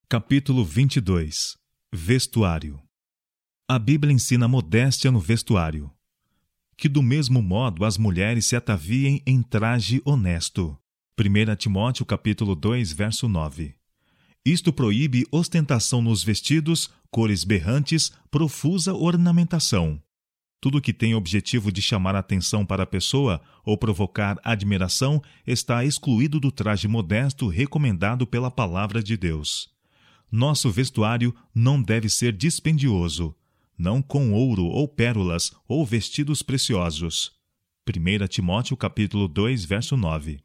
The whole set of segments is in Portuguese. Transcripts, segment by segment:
Capítulo 22. Vestuário. A Bíblia ensina modéstia no vestuário. Que do mesmo modo as mulheres se ataviem em traje honesto. 1 Timóteo capítulo 2, verso 9. Isto proíbe ostentação nos vestidos, cores berrantes, profusa ornamentação. Tudo que tem objetivo de chamar a atenção para a pessoa ou provocar admiração está excluído do traje modesto recomendado pela palavra de Deus. Nosso vestuário não deve ser dispendioso, não com ouro ou pérolas ou vestidos preciosos. 1 Timóteo capítulo 2, verso 9.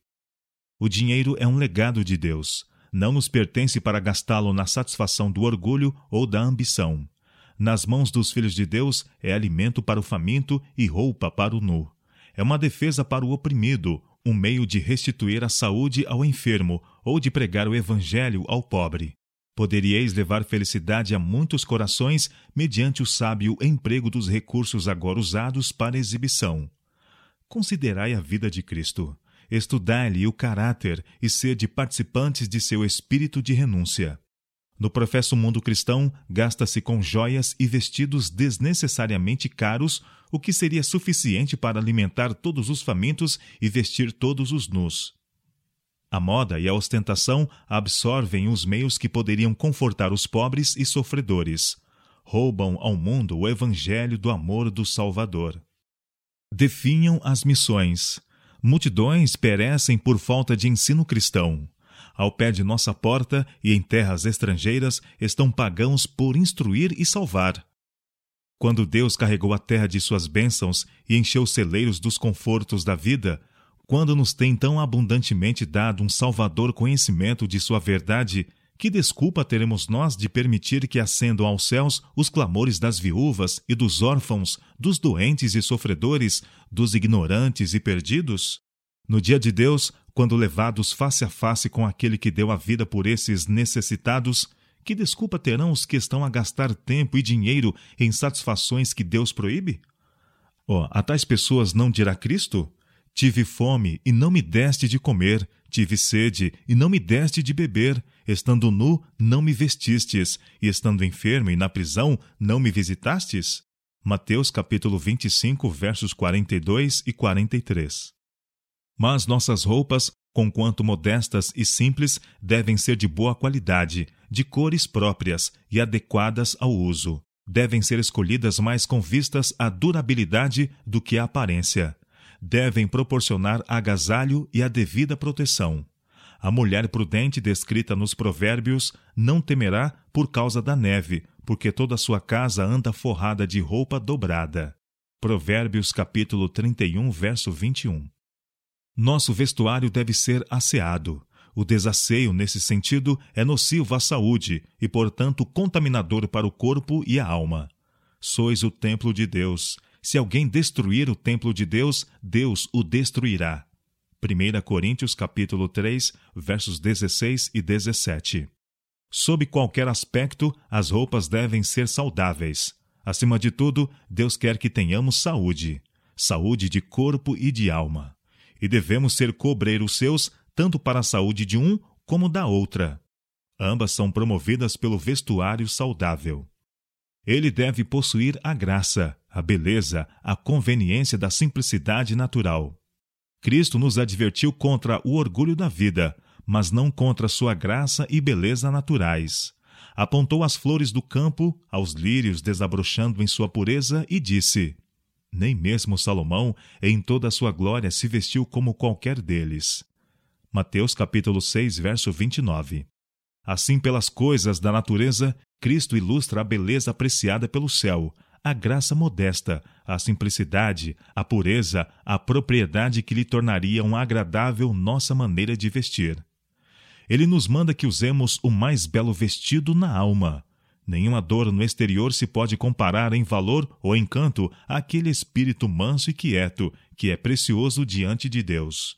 O dinheiro é um legado de Deus. Não nos pertence para gastá-lo na satisfação do orgulho ou da ambição. Nas mãos dos filhos de Deus é alimento para o faminto e roupa para o nu. É uma defesa para o oprimido, um meio de restituir a saúde ao enfermo ou de pregar o evangelho ao pobre. Poderíeis levar felicidade a muitos corações mediante o sábio emprego dos recursos agora usados para exibição. Considerai a vida de Cristo. Estudai-lhe o caráter e sede participantes de seu espírito de renúncia. No professo mundo cristão, gasta-se com joias e vestidos desnecessariamente caros, o que seria suficiente para alimentar todos os famintos e vestir todos os nus. A moda e a ostentação absorvem os meios que poderiam confortar os pobres e sofredores. Roubam ao mundo o evangelho do amor do Salvador. Definham as missões. Multidões perecem por falta de ensino cristão. Ao pé de nossa porta e em terras estrangeiras estão pagãos por instruir e salvar. Quando Deus carregou a terra de suas bênçãos e encheu os celeiros dos confortos da vida, quando nos tem tão abundantemente dado um salvador conhecimento de sua verdade, que desculpa teremos nós de permitir que ascendam aos céus os clamores das viúvas e dos órfãos, dos doentes e sofredores, dos ignorantes e perdidos? No dia de Deus, quando levados face a face com aquele que deu a vida por esses necessitados, que desculpa terão os que estão a gastar tempo e dinheiro em satisfações que Deus proíbe? A tais pessoas não dirá Cristo? Tive fome e não me deste de comer, tive sede e não me deste de beber, estando nu não me vestistes, e estando enfermo e na prisão não me visitastes? Mateus capítulo 25, versos 42 e 43. Mas nossas roupas, conquanto modestas e simples, devem ser de boa qualidade, de cores próprias e adequadas ao uso. Devem ser escolhidas mais com vistas à durabilidade do que à aparência. Devem proporcionar agasalho e a devida proteção. A mulher prudente descrita nos provérbios não temerá por causa da neve, porque toda a sua casa anda forrada de roupa dobrada. Provérbios capítulo 31, verso 21. Nosso vestuário deve ser asseado. O desasseio, nesse sentido, é nocivo à saúde e, portanto, contaminador para o corpo e a alma. Sois o templo de Deus. Se alguém destruir o templo de Deus, Deus o destruirá. 1 Coríntios capítulo 3, versos 16 e 17. Sob qualquer aspecto, as roupas devem ser saudáveis. Acima de tudo, Deus quer que tenhamos saúde. Saúde de corpo e de alma. E devemos ser cobreiros seus, tanto para a saúde de um como da outra. Ambas são promovidas pelo vestuário saudável. Ele deve possuir a graça, a beleza, a conveniência da simplicidade natural. Cristo nos advertiu contra o orgulho da vida, mas não contra sua graça e beleza naturais. Apontou as flores do campo, aos lírios desabrochando em sua pureza e disse: nem mesmo Salomão, em toda a sua glória, se vestiu como qualquer deles. Mateus capítulo 6, verso 29. Assim, pelas coisas da natureza, Cristo ilustra a beleza apreciada pelo céu, a graça modesta, a simplicidade, a pureza, a propriedade que lhe tornariam agradável nossa maneira de vestir. Ele nos manda que usemos o mais belo vestido na alma. Nenhum adorno no exterior se pode comparar em valor ou encanto àquele espírito manso e quieto, que é precioso diante de Deus.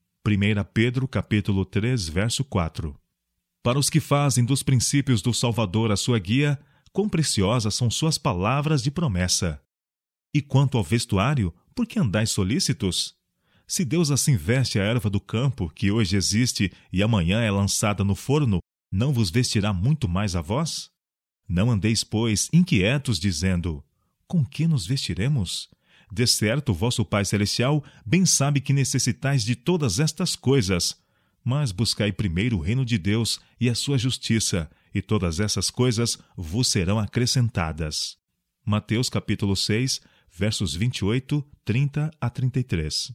1 Pedro capítulo 3, verso 4. Para os que fazem dos princípios do Salvador a sua guia, quão preciosas são suas palavras de promessa. E quanto ao vestuário, por que andais solícitos? Se Deus assim veste a erva do campo, que hoje existe e amanhã é lançada no forno, não vos vestirá muito mais a vós? Não andeis, pois, inquietos, dizendo: com que nos vestiremos? De certo, vosso Pai Celestial bem sabe que necessitais de todas estas coisas. Mas buscai primeiro o reino de Deus e a sua justiça, e todas essas coisas vos serão acrescentadas. Mateus capítulo 6, versos 28, 30 a 33.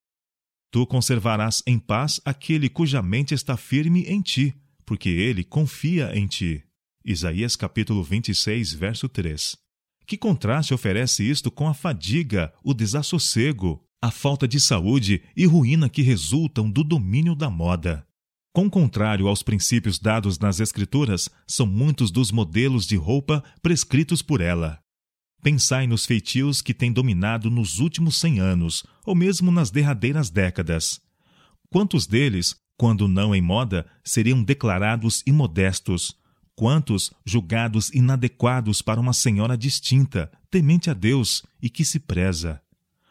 Tu conservarás em paz aquele cuja mente está firme em ti, porque ele confia em ti. Isaías capítulo 26, verso 3. Que contraste oferece isto com a fadiga, o desassossego, a falta de saúde e ruína que resultam do domínio da moda. Com contrário aos princípios dados nas Escrituras, são muitos dos modelos de roupa prescritos por ela. Pensai nos feitios que têm dominado nos últimos 100 anos, ou mesmo nas derradeiras décadas. Quantos deles, quando não em moda, seriam declarados imodestos? Quantos julgados inadequados para uma senhora distinta, temente a Deus e que se preza?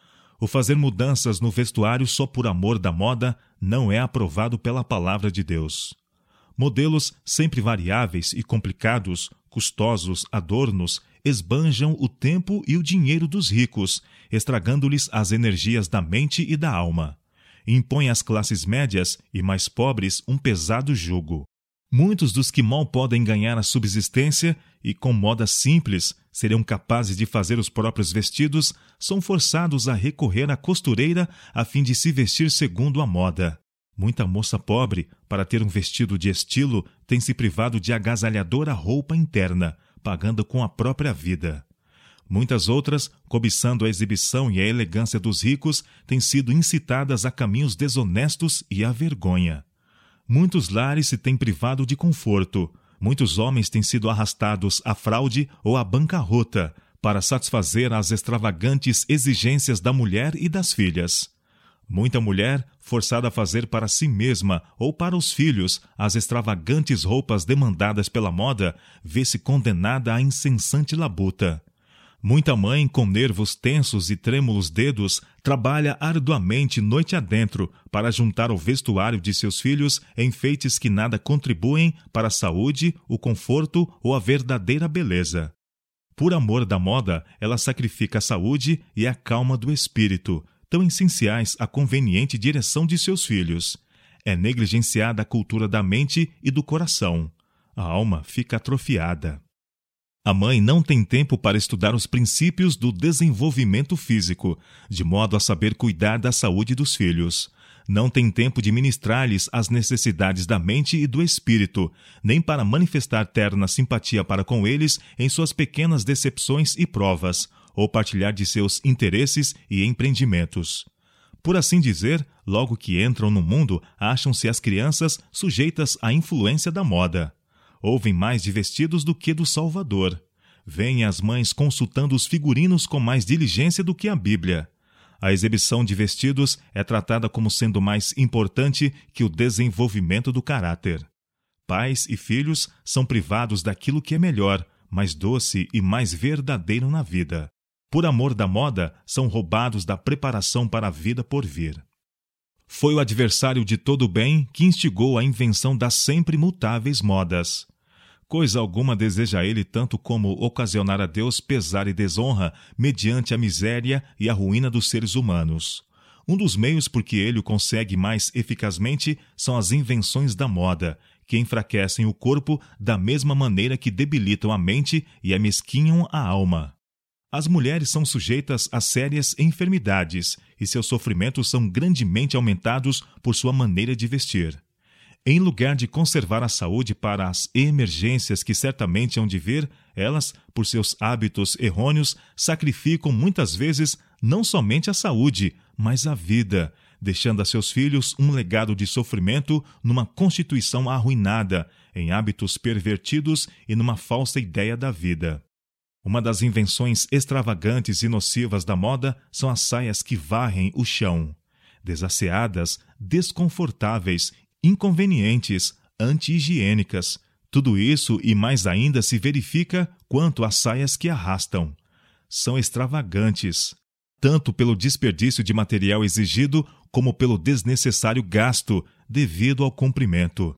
O fazer mudanças no vestuário só por amor da moda não é aprovado pela palavra de Deus. Modelos sempre variáveis e complicados, custosos adornos, esbanjam o tempo e o dinheiro dos ricos, estragando-lhes as energias da mente e da alma. Impõe às classes médias e mais pobres um pesado jugo. Muitos dos que mal podem ganhar a subsistência e com moda simples seriam capazes de fazer os próprios vestidos, são forçados a recorrer à costureira a fim de se vestir segundo a moda. Muita moça pobre, para ter um vestido de estilo, tem se privado de agasalhadora roupa interna, pagando com a própria vida. Muitas outras, cobiçando a exibição e a elegância dos ricos, têm sido incitadas a caminhos desonestos e à vergonha. Muitos lares se têm privado de conforto. Muitos homens têm sido arrastados à fraude ou à bancarrota para satisfazer às extravagantes exigências da mulher e das filhas. Muita mulher, forçada a fazer para si mesma ou para os filhos as extravagantes roupas demandadas pela moda, vê-se condenada à incessante labuta. Muita mãe, com nervos tensos e trêmulos dedos, trabalha arduamente noite adentro para juntar ao vestuário de seus filhos enfeites que nada contribuem para a saúde, o conforto ou a verdadeira beleza. Por amor da moda, ela sacrifica a saúde e a calma do espírito, tão essenciais à conveniente direção de seus filhos. É negligenciada a cultura da mente e do coração. A alma fica atrofiada. A mãe não tem tempo para estudar os princípios do desenvolvimento físico, de modo a saber cuidar da saúde dos filhos. Não tem tempo de ministrar-lhes as necessidades da mente e do espírito, nem para manifestar terna simpatia para com eles em suas pequenas decepções e provas, ou partilhar de seus interesses e empreendimentos. Por assim dizer, logo que entram no mundo, acham-se as crianças sujeitas à influência da moda. Ouvem mais de vestidos do que do Salvador. Vêem as mães consultando os figurinos com mais diligência do que a Bíblia. A exibição de vestidos é tratada como sendo mais importante que o desenvolvimento do caráter. Pais e filhos são privados daquilo que é melhor, mais doce e mais verdadeiro na vida. Por amor da moda, são roubados da preparação para a vida por vir. Foi o adversário de todo o bem que instigou a invenção das sempre mutáveis modas. Coisa alguma deseja ele tanto como ocasionar a Deus pesar e desonra mediante a miséria e a ruína dos seres humanos. Um dos meios por que ele o consegue mais eficazmente são as invenções da moda, que enfraquecem o corpo da mesma maneira que debilitam a mente e amesquinham a alma. As mulheres são sujeitas a sérias enfermidades e seus sofrimentos são grandemente aumentados por sua maneira de vestir. Em lugar de conservar a saúde para as emergências que certamente hão de vir, elas, por seus hábitos errôneos, sacrificam muitas vezes não somente a saúde, mas a vida, deixando a seus filhos um legado de sofrimento numa constituição arruinada, em hábitos pervertidos e numa falsa ideia da vida. Uma das invenções extravagantes e nocivas da moda são as saias que varrem o chão. Desasseadas, desconfortáveis, inconvenientes, anti-higiênicas. Tudo isso e mais ainda se verifica quanto às saias que arrastam. São extravagantes, tanto pelo desperdício de material exigido como pelo desnecessário gasto devido ao comprimento.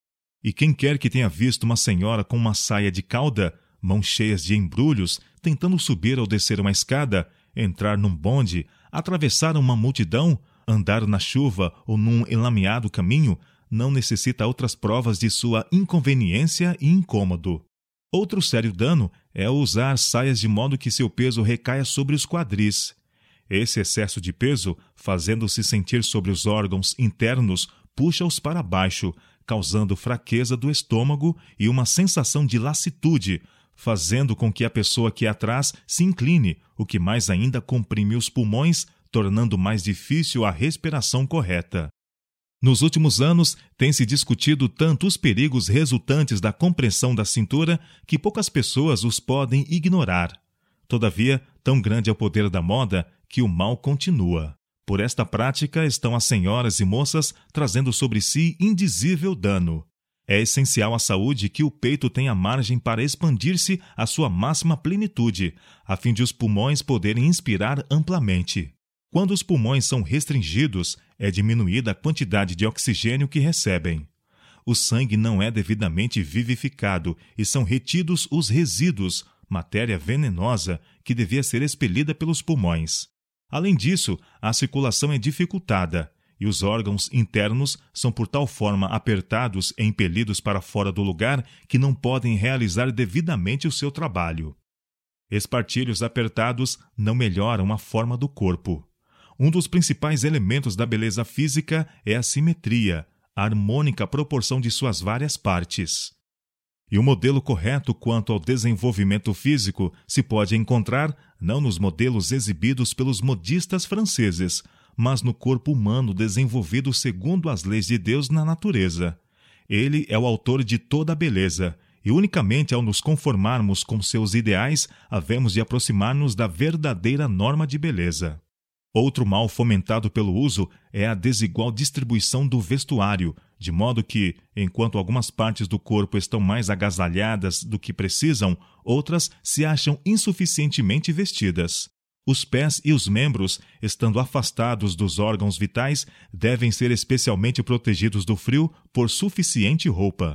E quem quer que tenha visto uma senhora com uma saia de cauda, mãos cheias de embrulhos, tentando subir ou descer uma escada, entrar num bonde, atravessar uma multidão, andar na chuva ou num enlameado caminho, não necessita outras provas de sua inconveniência e incômodo. Outro sério dano é usar saias de modo que seu peso recaia sobre os quadris. Esse excesso de peso, fazendo-se sentir sobre os órgãos internos, puxa-os para baixo, causando fraqueza do estômago e uma sensação de lassitude, fazendo com que a pessoa que é atrás se incline, o que mais ainda comprime os pulmões, tornando mais difícil a respiração correta. Nos últimos anos, tem-se discutido tanto os perigos resultantes da compressão da cintura que poucas pessoas os podem ignorar. Todavia, tão grande é o poder da moda que o mal continua. Por esta prática estão as senhoras e moças trazendo sobre si indizível dano. É essencial à saúde que o peito tenha margem para expandir-se à sua máxima plenitude, a fim de os pulmões poderem inspirar amplamente. Quando os pulmões são restringidos, é diminuída a quantidade de oxigênio que recebem. O sangue não é devidamente vivificado e são retidos os resíduos, matéria venenosa que devia ser expelida pelos pulmões. Além disso, a circulação é dificultada e os órgãos internos são por tal forma apertados e impelidos para fora do lugar que não podem realizar devidamente o seu trabalho. Espartilhos apertados não melhoram a forma do corpo. Um dos principais elementos da beleza física é a simetria, a harmônica proporção de suas várias partes. E o modelo correto quanto ao desenvolvimento físico se pode encontrar não nos modelos exibidos pelos modistas franceses, mas no corpo humano desenvolvido segundo as leis de Deus na natureza. Ele é o autor de toda a beleza, e unicamente ao nos conformarmos com seus ideais, havemos de aproximar-nos da verdadeira norma de beleza. Outro mal fomentado pelo uso é a desigual distribuição do vestuário, de modo que, enquanto algumas partes do corpo estão mais agasalhadas do que precisam, outras se acham insuficientemente vestidas. Os pés e os membros, estando afastados dos órgãos vitais, devem ser especialmente protegidos do frio por suficiente roupa.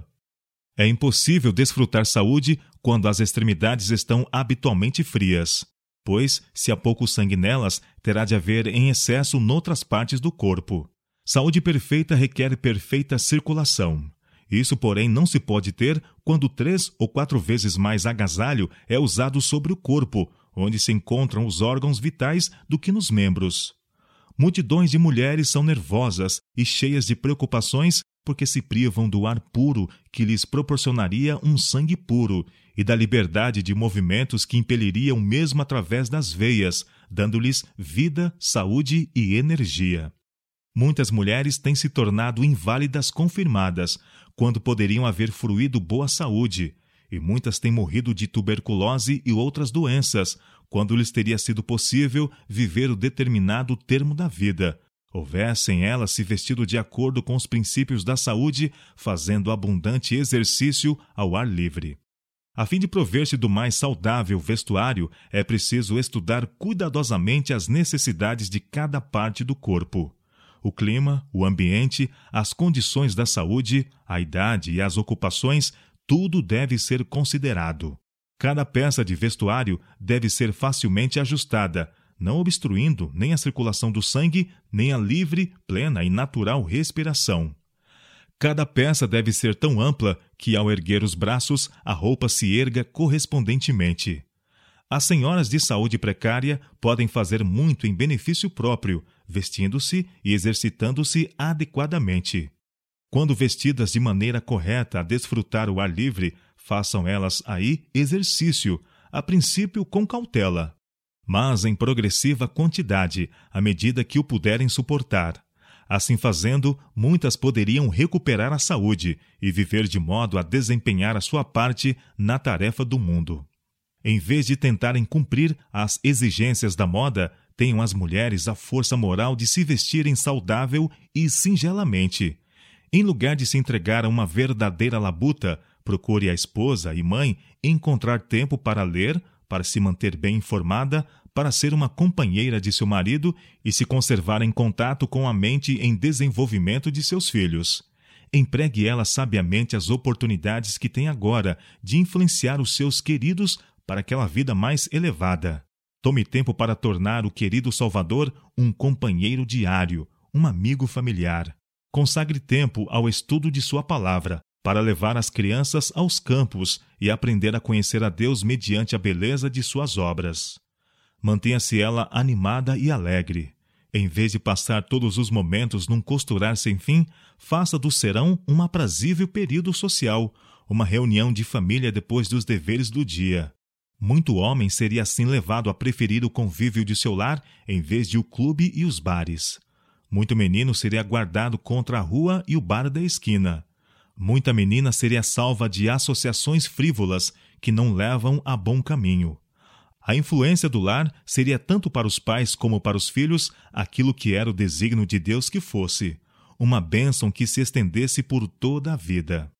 É impossível desfrutar saúde quando as extremidades estão habitualmente frias, pois, se há pouco sangue nelas, terá de haver em excesso noutras partes do corpo. Saúde perfeita requer perfeita circulação. Isso, porém, não se pode ter quando 3 ou 4 vezes mais agasalho é usado sobre o corpo, onde se encontram os órgãos vitais, do que nos membros. Multidões de mulheres são nervosas e cheias de preocupações porque se privam do ar puro que lhes proporcionaria um sangue puro e da liberdade de movimentos que impeliriam mesmo através das veias, dando-lhes vida, saúde e energia. Muitas mulheres têm se tornado inválidas confirmadas, quando poderiam haver fruído boa saúde, e muitas têm morrido de tuberculose e outras doenças, quando lhes teria sido possível viver o determinado termo da vida, houvessem elas se vestido de acordo com os princípios da saúde, fazendo abundante exercício ao ar livre. A fim de prover-se do mais saudável vestuário, é preciso estudar cuidadosamente as necessidades de cada parte do corpo. O clima, o ambiente, as condições da saúde, a idade e as ocupações, tudo deve ser considerado. Cada peça de vestuário deve ser facilmente ajustada, não obstruindo nem a circulação do sangue, nem a livre, plena e natural respiração. Cada peça deve ser tão ampla que, ao erguer os braços, a roupa se erga correspondentemente. As senhoras de saúde precária podem fazer muito em benefício próprio, vestindo-se e exercitando-se adequadamente. Quando vestidas de maneira correta a desfrutar o ar livre, façam elas aí exercício, a princípio com cautela, mas em progressiva quantidade, à medida que o puderem suportar. Assim fazendo, muitas poderiam recuperar a saúde e viver de modo a desempenhar a sua parte na tarefa do mundo. Em vez de tentarem cumprir as exigências da moda, tenham as mulheres a força moral de se vestirem saudável e singelamente. Em lugar de se entregar a uma verdadeira labuta, procure a esposa e mãe encontrar tempo para ler, para se manter bem informada, para ser uma companheira de seu marido e se conservar em contato com a mente em desenvolvimento de seus filhos. empregue ela sabiamente as oportunidades que tem agora de influenciar os seus queridos para aquela vida mais elevada. Tome tempo para tornar o querido Salvador um companheiro diário, um amigo familiar. Consagre tempo ao estudo de sua palavra, para levar as crianças aos campos e aprender a conhecer a Deus mediante a beleza de suas obras. Mantenha-se ela animada e alegre. Em vez de passar todos os momentos num costurar sem fim, faça do serão um aprazível período social, uma reunião de família depois dos deveres do dia. Muito homem seria assim levado a preferir o convívio de seu lar em vez de o clube e os bares. Muito menino seria guardado contra a rua e o bar da esquina. Muita menina seria salva de associações frívolas que não levam a bom caminho. A influência do lar seria tanto para os pais como para os filhos aquilo que era o desígnio de Deus que fosse, uma bênção que se estendesse por toda a vida.